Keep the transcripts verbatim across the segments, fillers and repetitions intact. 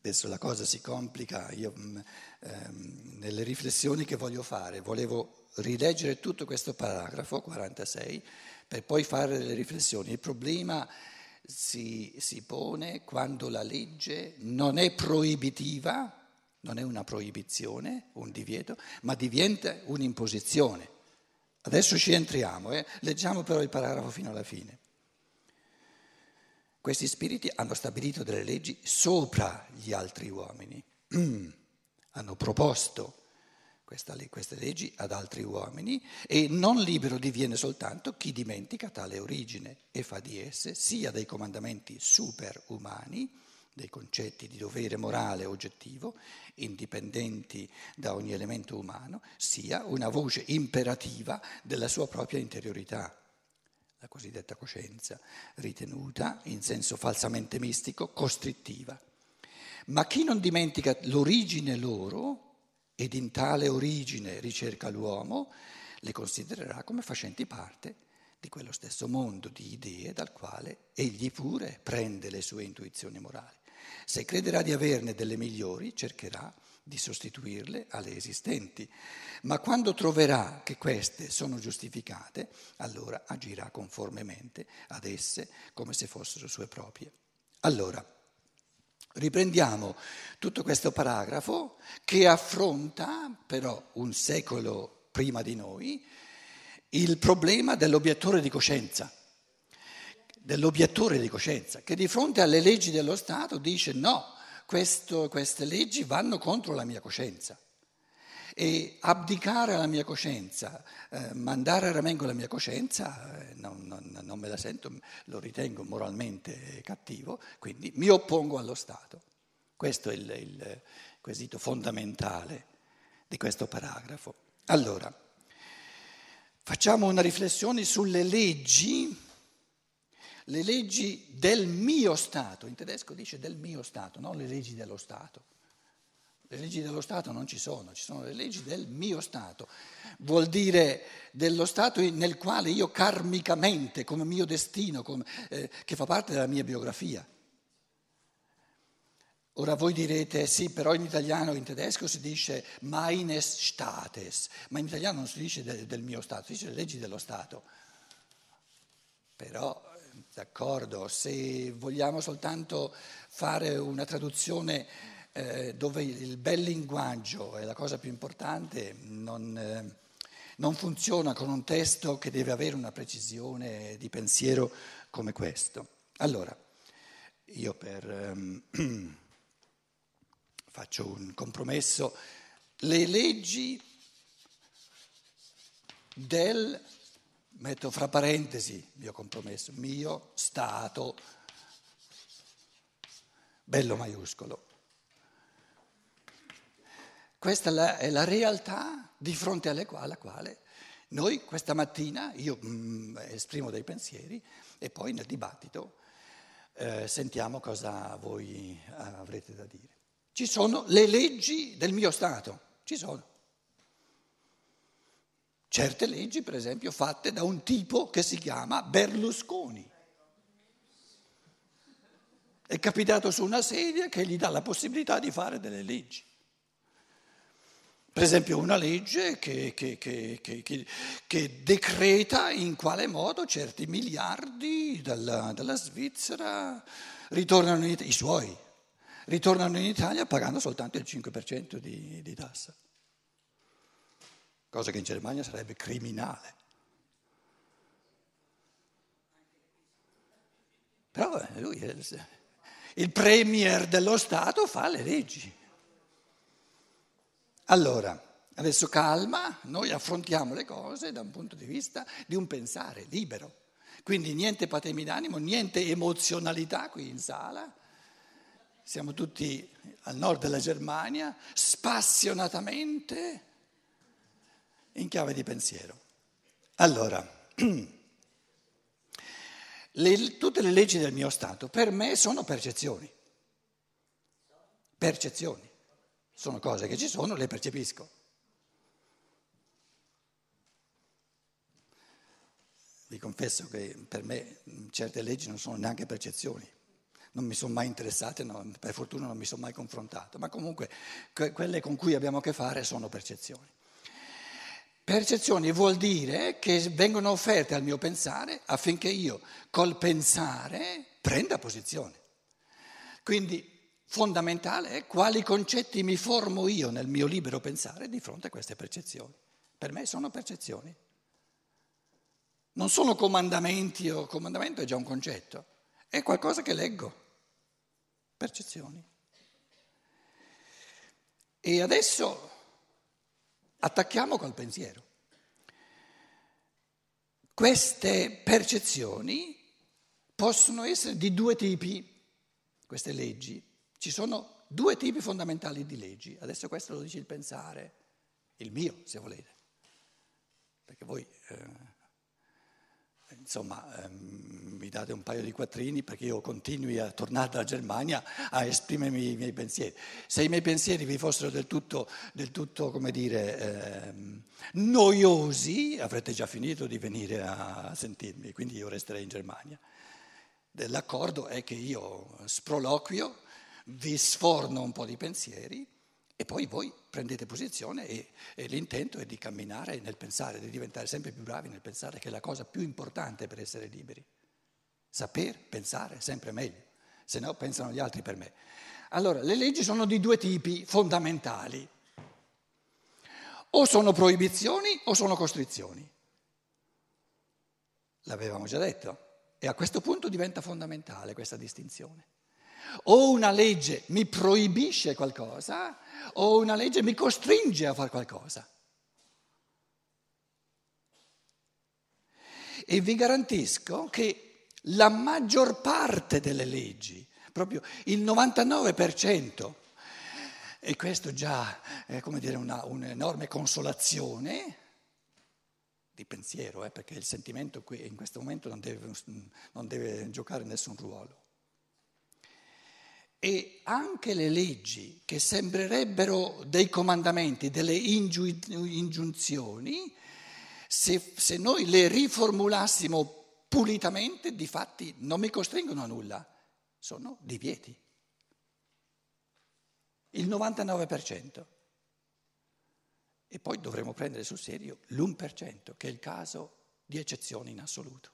Adesso la cosa si complica, io mh, ehm, nelle riflessioni che voglio fare volevo rileggere tutto questo paragrafo quarantasei per poi fare delle riflessioni. Il problema si, si pone quando la legge non è proibitiva, non è una proibizione, un divieto, ma diventa un'imposizione. Adesso ci entriamo, eh? Leggiamo però il paragrafo fino alla fine. Questi spiriti hanno stabilito delle leggi sopra gli altri uomini, hanno proposto questa, queste leggi ad altri uomini e non libero diviene soltanto chi dimentica tale origine e fa di esse sia dei comandamenti superumani, dei concetti di dovere morale oggettivo, indipendenti da ogni elemento umano, sia una voce imperativa della sua propria interiorità. La cosiddetta coscienza, ritenuta in senso falsamente mistico, costrittiva. Ma chi non dimentica l'origine loro ed in tale origine ricerca l'uomo, le considererà come facenti parte di quello stesso mondo di idee dal quale egli pure prende le sue intuizioni morali. Se crederà di averne delle migliori, cercherà di sostituirle alle esistenti, ma quando troverà che queste sono giustificate, allora agirà conformemente ad esse come se fossero sue proprie. Allora, riprendiamo tutto questo paragrafo che affronta però un secolo prima di noi il problema dell'obiettore di coscienza, dell'obiettore di coscienza che di fronte alle leggi dello Stato dice no, questo, queste leggi vanno contro la mia coscienza e abdicare alla mia coscienza, eh, mandare a ramengo la mia coscienza, eh, non, non, non me la sento, lo ritengo moralmente cattivo, quindi mi oppongo allo Stato. Questo è il, il quesito fondamentale di questo paragrafo. Allora, facciamo una riflessione sulle leggi. Le leggi del mio Stato, in tedesco dice del mio Stato, non le leggi dello Stato. Le leggi dello Stato non ci sono, ci sono le leggi del mio Stato. Vuol dire dello Stato nel quale io karmicamente, come mio destino, come, eh, che fa parte della mia biografia. Ora voi direte, sì, però in italiano o in tedesco si dice meines Staates, ma in italiano non si dice de, del mio Stato, si dice le leggi dello Stato. Però... D'accordo, se vogliamo soltanto fare una traduzione eh, dove il bel linguaggio è la cosa più importante, non, eh, non funziona con un testo che deve avere una precisione di pensiero come questo. Allora, io per, ehm, faccio un compromesso, le leggi del... Metto fra parentesi, mio compromesso, mio Stato, bello maiuscolo. Questa è la, è la realtà di fronte alle quali, alla quale noi questa mattina, io mm, esprimo dei pensieri e poi nel dibattito eh, sentiamo cosa voi avrete da dire. Ci sono le leggi del mio Stato, ci sono. Certe leggi, per esempio, fatte da un tipo che si chiama Berlusconi. È capitato su una sedia che gli dà la possibilità di fare delle leggi. Per esempio una legge che, che, che, che, che, che decreta in quale modo certi miliardi dalla, dalla Svizzera ritornano in Italia, i suoi, ritornano in Italia pagando soltanto il cinque per cento di, di tassa. Cosa che in Germania sarebbe criminale. Però lui, il premier dello Stato, fa le leggi. Allora, adesso calma, noi affrontiamo le cose da un punto di vista di un pensare libero. Quindi niente patemi d'animo, niente emozionalità qui in sala. Siamo tutti al nord della Germania, spassionatamente in chiave di pensiero. Allora, le, tutte le leggi del mio Stato per me sono percezioni. Percezioni. Sono cose che ci sono, le percepisco. Vi confesso che per me certe leggi non sono neanche percezioni. non mi sono mai interessato, no, per fortuna non mi sono mai confrontato, ma comunque que- quelle con cui abbiamo a che fare sono percezioni. Percezioni vuol dire che vengono offerte al mio pensare affinché io col pensare prenda posizione. Quindi fondamentale è quali concetti mi formo io nel mio libero pensare di fronte a queste percezioni. Per me sono percezioni. Non sono comandamenti, o comandamento è già un concetto, è qualcosa che leggo. Percezioni. E adesso attacchiamo col pensiero. Queste percezioni possono essere di due tipi, queste leggi. Ci sono due tipi fondamentali di leggi. Adesso questo lo dice il pensare, il mio, se volete. Perché voi, eh, insomma, ehm, mi date un paio di quattrini perché io continui a tornare dalla Germania a esprimermi i miei pensieri. Se i miei pensieri vi fossero del tutto, del tutto come dire, ehm, noiosi, avrete già finito di venire a sentirmi, quindi io resterei in Germania. L'accordo è che io sproloquio, vi sforno un po' di pensieri e poi voi prendete posizione e, e l'intento è di camminare nel pensare, di diventare sempre più bravi nel pensare, che è la cosa più importante per essere liberi. Saper pensare sempre meglio, se no pensano gli altri per me. Allora, le leggi sono di due tipi fondamentali. O sono proibizioni o sono costrizioni. L'avevamo già detto. E a questo punto diventa fondamentale questa distinzione. O una legge mi proibisce qualcosa o una legge mi costringe a fare qualcosa. E vi garantisco che la maggior parte delle leggi, proprio il novantanove per cento, e questo già è come dire una, un'enorme consolazione di pensiero, eh, perché il sentimento qui in questo momento non deve, non deve giocare nessun ruolo. E anche le leggi che sembrerebbero dei comandamenti, delle ingiu- ingiunzioni, se, se noi le riformulassimo pulitamente, difatti non mi costringono a nulla, sono divieti. Il novantanove per cento. E poi dovremo prendere sul serio l'uno per cento, che è il caso di eccezione in assoluto.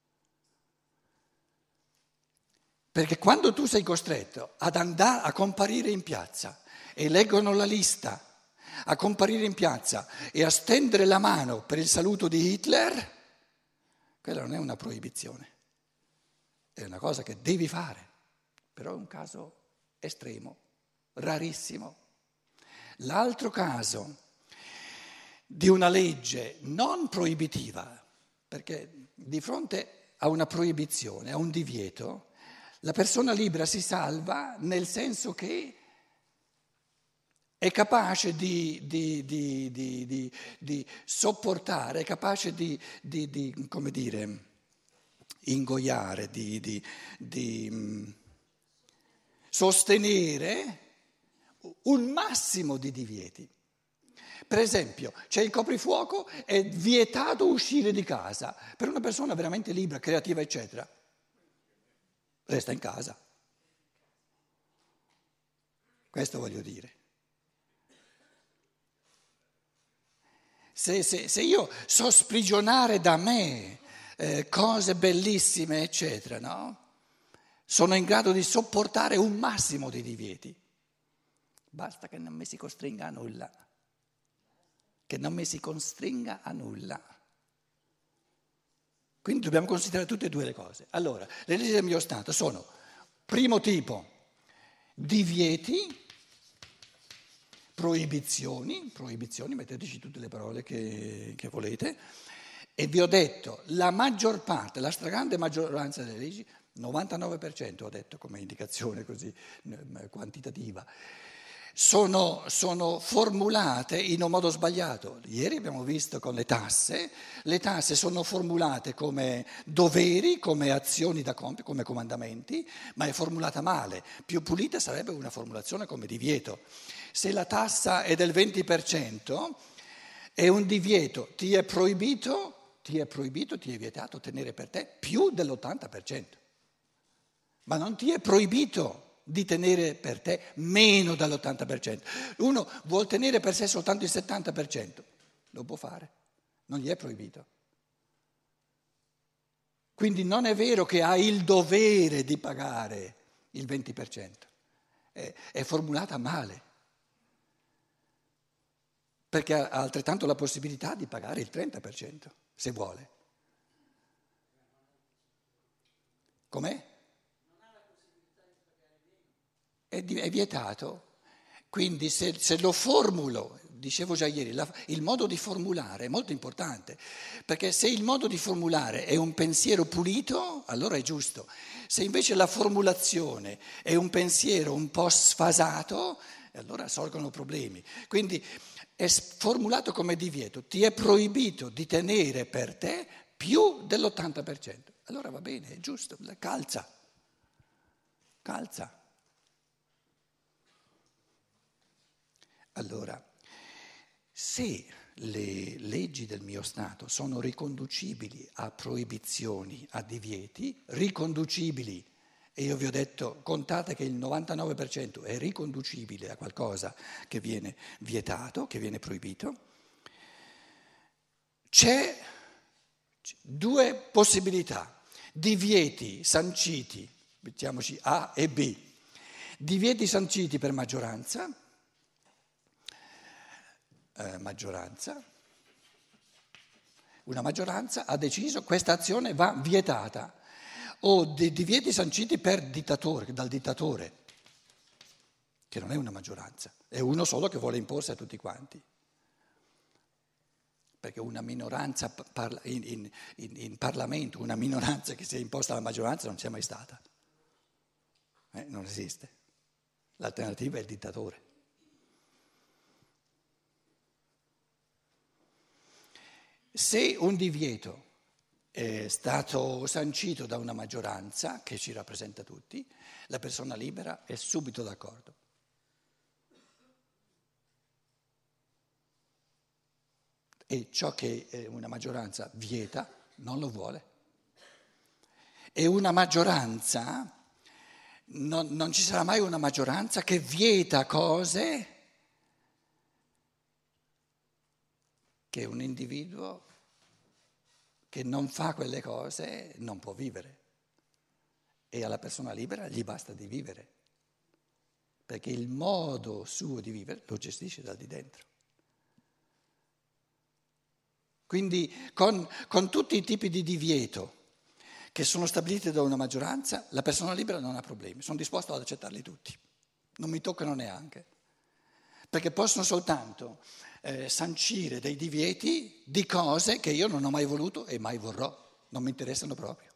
Perché quando tu sei costretto ad andare a comparire in piazza e leggono la lista, a comparire in piazza e a stendere la mano per il saluto di Hitler, quella non è una proibizione, è una cosa che devi fare, però è un caso estremo, rarissimo. L'altro caso di una legge non proibitiva, perché di fronte a una proibizione, a un divieto, la persona libera si salva nel senso che è capace di, di, di, di, di, di sopportare, è capace di, di, di come dire, ingoiare, di, di, di mh, sostenere un massimo di divieti. Per esempio, c'è il coprifuoco, è vietato uscire di casa. Per una persona veramente libera, creativa, eccetera, resta in casa. Questo voglio dire. Se, se, se io so sprigionare da me eh, cose bellissime, eccetera, no? Sono in grado di sopportare un massimo di divieti. Basta che non mi si costringa a nulla. Che non mi si costringa a nulla. Quindi dobbiamo considerare tutte e due le cose. Allora, le leggi del mio Stato sono, primo tipo, divieti, proibizioni, proibizioni, metteteci tutte le parole che, che volete, e vi ho detto, la maggior parte, la stragrande maggioranza delle leggi, novantanove per cento ho detto come indicazione così quantitativa, Sono, sono formulate in un modo sbagliato. Ieri abbiamo visto con le tasse, le tasse sono formulate come doveri, come azioni da compiere, come comandamenti, ma è formulata male. Più pulita sarebbe una formulazione come divieto. Se la tassa è del venti per cento, è un divieto, ti è proibito, ti è proibito, ti è vietato tenere per te più dell'ottanta per cento. ma non ti è proibito di tenere per te meno dell'ottanta per cento. Uno vuol tenere per sé soltanto il settanta per cento, lo può fare, non gli è proibito. Quindi non è vero che ha il dovere di pagare il venti per cento, è, è formulata male, perché ha altrettanto la possibilità di pagare il trenta per cento, se vuole. Com'è? È, di- è vietato. Quindi se, se lo formulo, dicevo già ieri, la- il modo di formulare è molto importante, perché se il modo di formulare è un pensiero pulito, allora è giusto. Se invece la formulazione è un pensiero un po' sfasato, allora sorgono problemi. Quindi è s- formulato come divieto, ti è proibito di tenere per te più dell'ottanta per cento. Allora va bene, è giusto, calza, calza. Allora, se le leggi del mio Stato sono riconducibili a proibizioni, a divieti, riconducibili, e io vi ho detto, contate che il novantanove per cento è riconducibile a qualcosa che viene vietato, che viene proibito, c'è due possibilità, divieti sanciti, mettiamoci A e B, divieti sanciti per maggioranza, eh, maggioranza, una maggioranza ha deciso questa azione va vietata, o dei divieti sanciti per dittatore, dal dittatore, che non è una maggioranza, è uno solo che vuole imporsi a tutti quanti. Perché una minoranza parla, in, in, in, in Parlamento, una minoranza che si è imposta alla maggioranza non c'è mai stata. Eh, non esiste. L'alternativa è il dittatore. Se un divieto è stato sancito da una maggioranza che ci rappresenta tutti, la persona libera è subito d'accordo. E ciò che una maggioranza vieta non lo vuole. E una maggioranza, non, non ci sarà mai una maggioranza che vieta cose che un individuo che non fa quelle cose non può vivere. E alla persona libera gli basta di vivere, perché il modo suo di vivere lo gestisce dal di dentro. Quindi con, con tutti i tipi di divieto che sono stabiliti da una maggioranza, la persona libera non ha problemi, sono disposto ad accettarli tutti, non mi toccano neanche, perché possono soltanto eh, sancire dei divieti di cose che io non ho mai voluto e mai vorrò, non mi interessano proprio.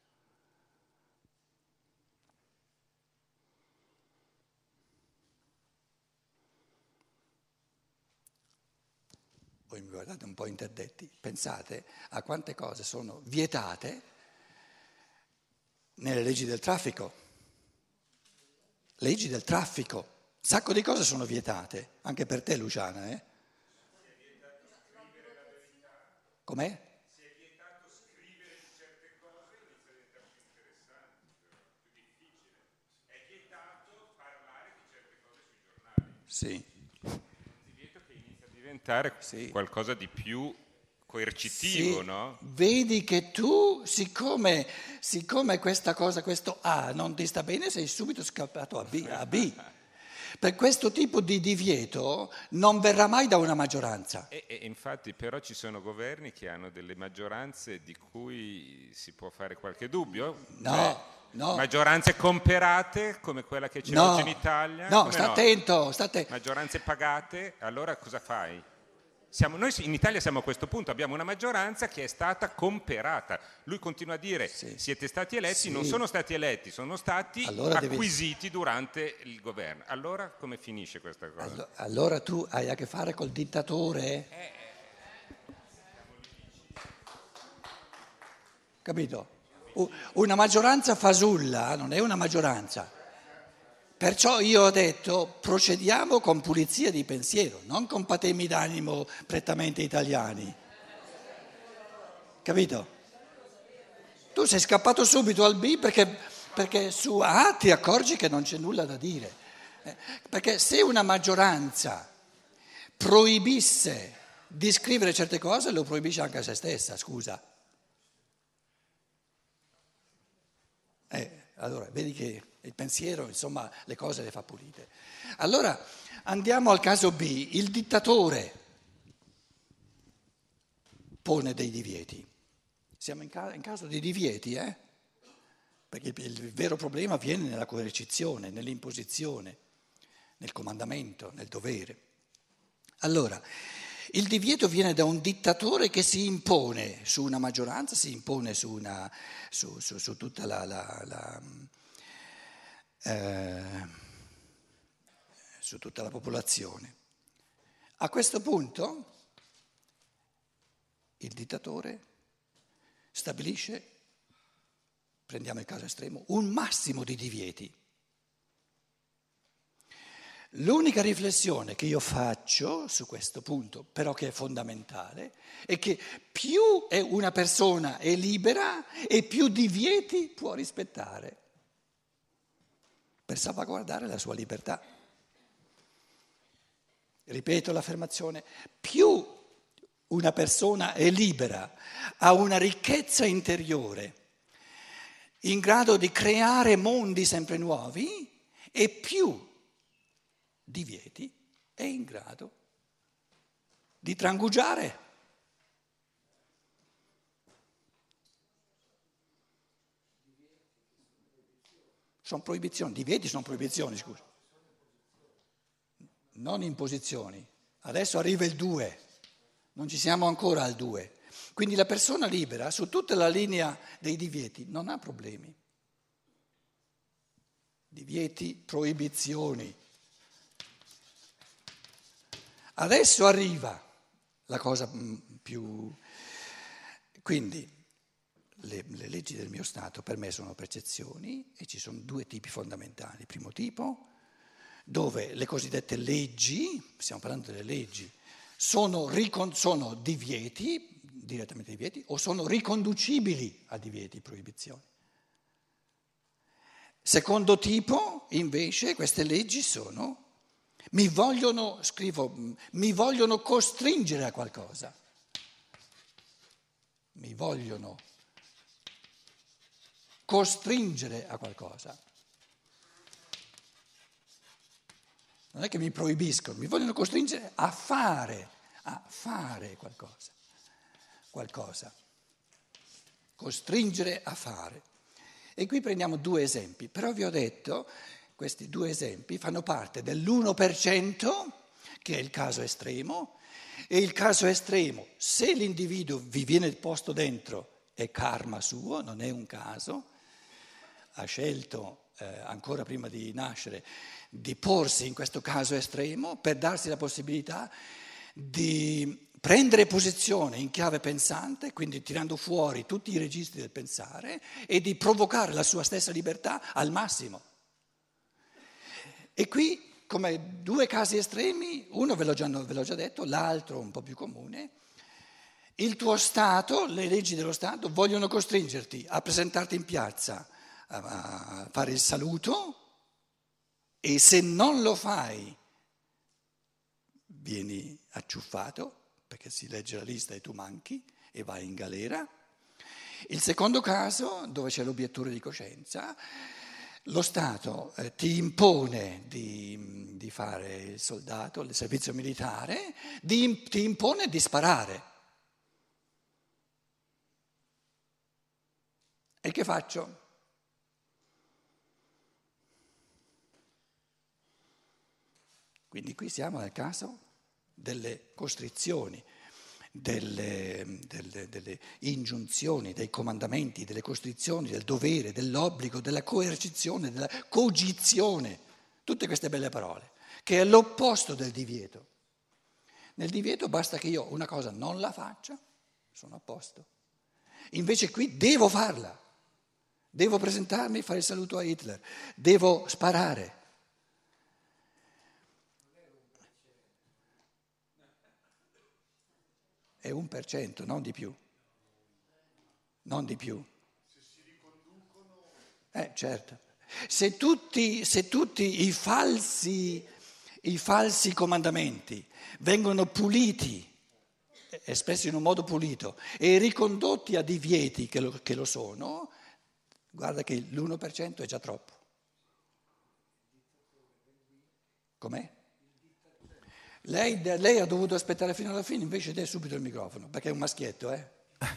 Voi mi guardate un po' interdetti, pensate a quante cose sono vietate nelle leggi del traffico. Leggi del traffico, un sacco di cose sono vietate, anche per te Luciana, eh? Si è vietato scrivere la verità. Com'è? Si è vietato scrivere di certe cose, inizia a diventare più interessante, però, più difficile. È vietato parlare di certe cose sui giornali. Sì. Che inizia a diventare Sì. qualcosa di più coercitivo, Sì, no? vedi che tu, siccome, siccome questa cosa, questo A non ti sta bene, sei subito scappato a B, a B. Per questo tipo di divieto non verrà mai da una maggioranza. E, e infatti però ci sono governi che hanno delle maggioranze di cui si può fare qualche dubbio. No, cioè, no. maggioranze comperate come quella che c'è No, oggi in Italia. no, Come sta attento, sta attento. Maggioranze pagate, allora cosa fai? Siamo, noi in Italia siamo a questo punto, abbiamo una maggioranza che è stata comperata. Lui continua a dire Sì. siete stati eletti, Sì. non sono stati eletti, sono stati Allora devi- acquisiti durante il governo. Allora come finisce questa cosa? Allo- Allora tu hai a che fare col dittatore? Capito? U- Una maggioranza fasulla non è una maggioranza. Perciò io ho detto procediamo con pulizia di pensiero, non con patemi d'animo prettamente italiani. Capito? Tu sei scappato subito al B perché perché su A ti accorgi che non c'è nulla da dire. Eh, Perché se una maggioranza proibisse di scrivere certe cose, lo proibisce anche a se stessa, scusa. Eh, allora, vedi che il pensiero, insomma, le cose le fa pulite. Allora, andiamo al caso B. Il dittatore pone dei divieti. Siamo in, ca- in caso di divieti, eh? Perché il, il vero problema avviene nella coercizione, nell'imposizione, nel comandamento, nel dovere. Allora, il divieto viene da un dittatore che si impone su una maggioranza, si impone su, una, su, su, su tutta la, la, la, eh, su tutta la popolazione. A questo punto il dittatore stabilisce, prendiamo il caso estremo, un massimo di divieti. L'unica riflessione che io faccio su questo punto, però che è fondamentale, è che più è una persona è libera e più divieti può rispettare per salvaguardare la sua libertà. Ripeto l'affermazione, più una persona è libera, ha una ricchezza interiore, in grado di creare mondi sempre nuovi, e più divieti è in grado di trangugiare. Sono proibizioni, divieti sono proibizioni, scusa. Non imposizioni. Adesso arriva il due, non ci siamo ancora al due. Quindi la persona libera su tutta la linea dei divieti non ha problemi. Divieti, proibizioni. Adesso arriva la cosa più... Quindi le, le leggi del mio Stato per me sono percezioni e ci sono due tipi fondamentali. Il primo tipo, dove le cosiddette leggi, stiamo parlando delle leggi, sono, ricon- sono divieti, direttamente divieti, o sono riconducibili a divieti, proibizioni. Secondo tipo, invece, queste leggi sono... Mi vogliono, scrivo, mi vogliono costringere a qualcosa. Mi vogliono costringere a qualcosa. Non è che mi proibiscono, mi vogliono costringere a fare, a fare qualcosa. Qualcosa. Costringere a fare. E qui prendiamo due esempi, però vi ho detto... Questi due esempi fanno parte dell'uno per cento, che è il caso estremo, e il caso estremo, se l'individuo vi viene posto dentro, è karma suo, non è un caso, ha scelto eh, ancora prima di nascere di porsi in questo caso estremo per darsi la possibilità di prendere posizione in chiave pensante, quindi tirando fuori tutti i registri del pensare e di provocare la sua stessa libertà al massimo. E qui, come due casi estremi, uno ve l'ho già, ve l'ho già detto, l'altro un po' più comune, il tuo Stato, le leggi dello Stato vogliono costringerti a presentarti in piazza, a fare il saluto, e se non lo fai vieni acciuffato, perché si legge la lista e tu manchi e vai in galera. Il secondo caso, dove c'è l'obiettore di coscienza, lo Stato eh, ti impone di, di fare il soldato, il servizio militare, di, ti impone di sparare. E che faccio? Quindi qui siamo nel caso delle costrizioni, delle, delle, delle ingiunzioni, dei comandamenti, delle costrizioni, del dovere, dell'obbligo, della coercizione, della cogizione, tutte queste belle parole, che è l'opposto del divieto. Nel divieto basta che io una cosa non la faccia, sono a posto. Invece qui devo farla, devo presentarmi, fare il saluto a Hitler, devo sparare. È un per cento, non di più, non di più. Eh, certo. Se tutti, se tutti i falsi, i falsi comandamenti vengono puliti, espressi in un modo pulito, e ricondotti a divieti che lo, che lo sono, guarda che l'uno per cento è già troppo. Com'è? Lei, lei ha dovuto aspettare fino alla fine, invece dai subito il microfono, perché è un maschietto, eh?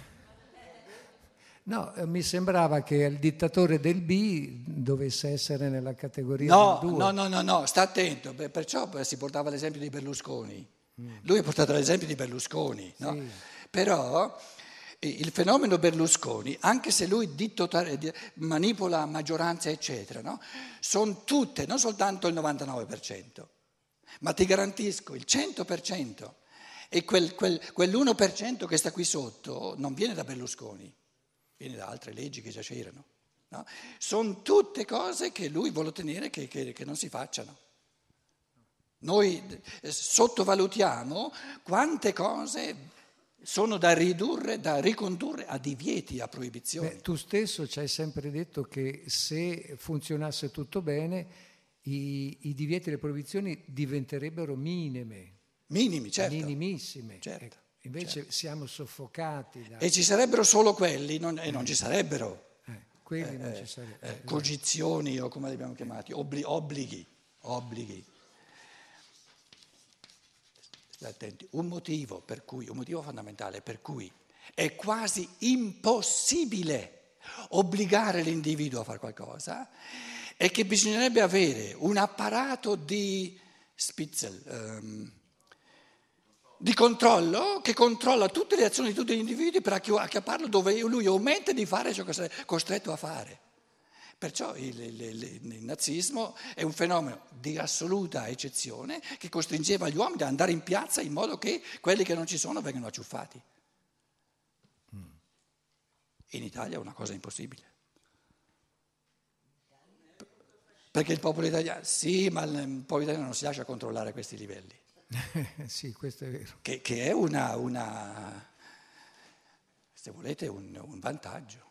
No, mi sembrava che il dittatore del B dovesse essere nella categoria No, del due. no, no, no, no, sta attento, perciò si portava l'esempio di Berlusconi. Lui ha portato l'esempio di Berlusconi, no? Sì. Però il fenomeno Berlusconi, anche se lui manipola maggioranza, eccetera, no? Sono tutte, non soltanto il novantanove per cento, ma ti garantisco il cento per cento. E quel, quel, quell'uno per cento che sta qui sotto non viene da Berlusconi, viene da altre leggi che già c'erano. No? Sono tutte cose che lui vuole ottenere che, che, che non si facciano. Noi sottovalutiamo quante cose sono da ridurre, da ricondurre a divieti, a proibizioni. Beh, tu stesso ci hai sempre detto che se funzionasse tutto bene i, i divieti e le proibizioni diventerebbero minime. Minimi, certo. Minimissime. Certo, Ecco, invece certo. siamo soffocati da... E ci sarebbero solo quelli, non, e non ci sarebbero Eh, quelli eh, non ci sarebbero. eh, cogizioni o come li abbiamo chiamati, obbli- obblighi, obblighi. State attenti, un motivo per cui, un motivo fondamentale per cui è quasi impossibile obbligare l'individuo a fare qualcosa è che bisognerebbe avere un apparato di spitzel, um, di controllo che controlla tutte le azioni di tutti gli individui per acchiapparlo dove lui aumenta di fare ciò che è costretto a fare. Perciò il, il, il, il nazismo è un fenomeno di assoluta eccezione che costringeva gli uomini ad andare in piazza in modo che quelli che non ci sono vengano acciuffati. In Italia è una cosa impossibile. Perché il popolo italiano, sì, ma il popolo italiano non si lascia controllare a questi livelli. Sì, questo è vero. Che, che è una, una, se volete, un, un vantaggio.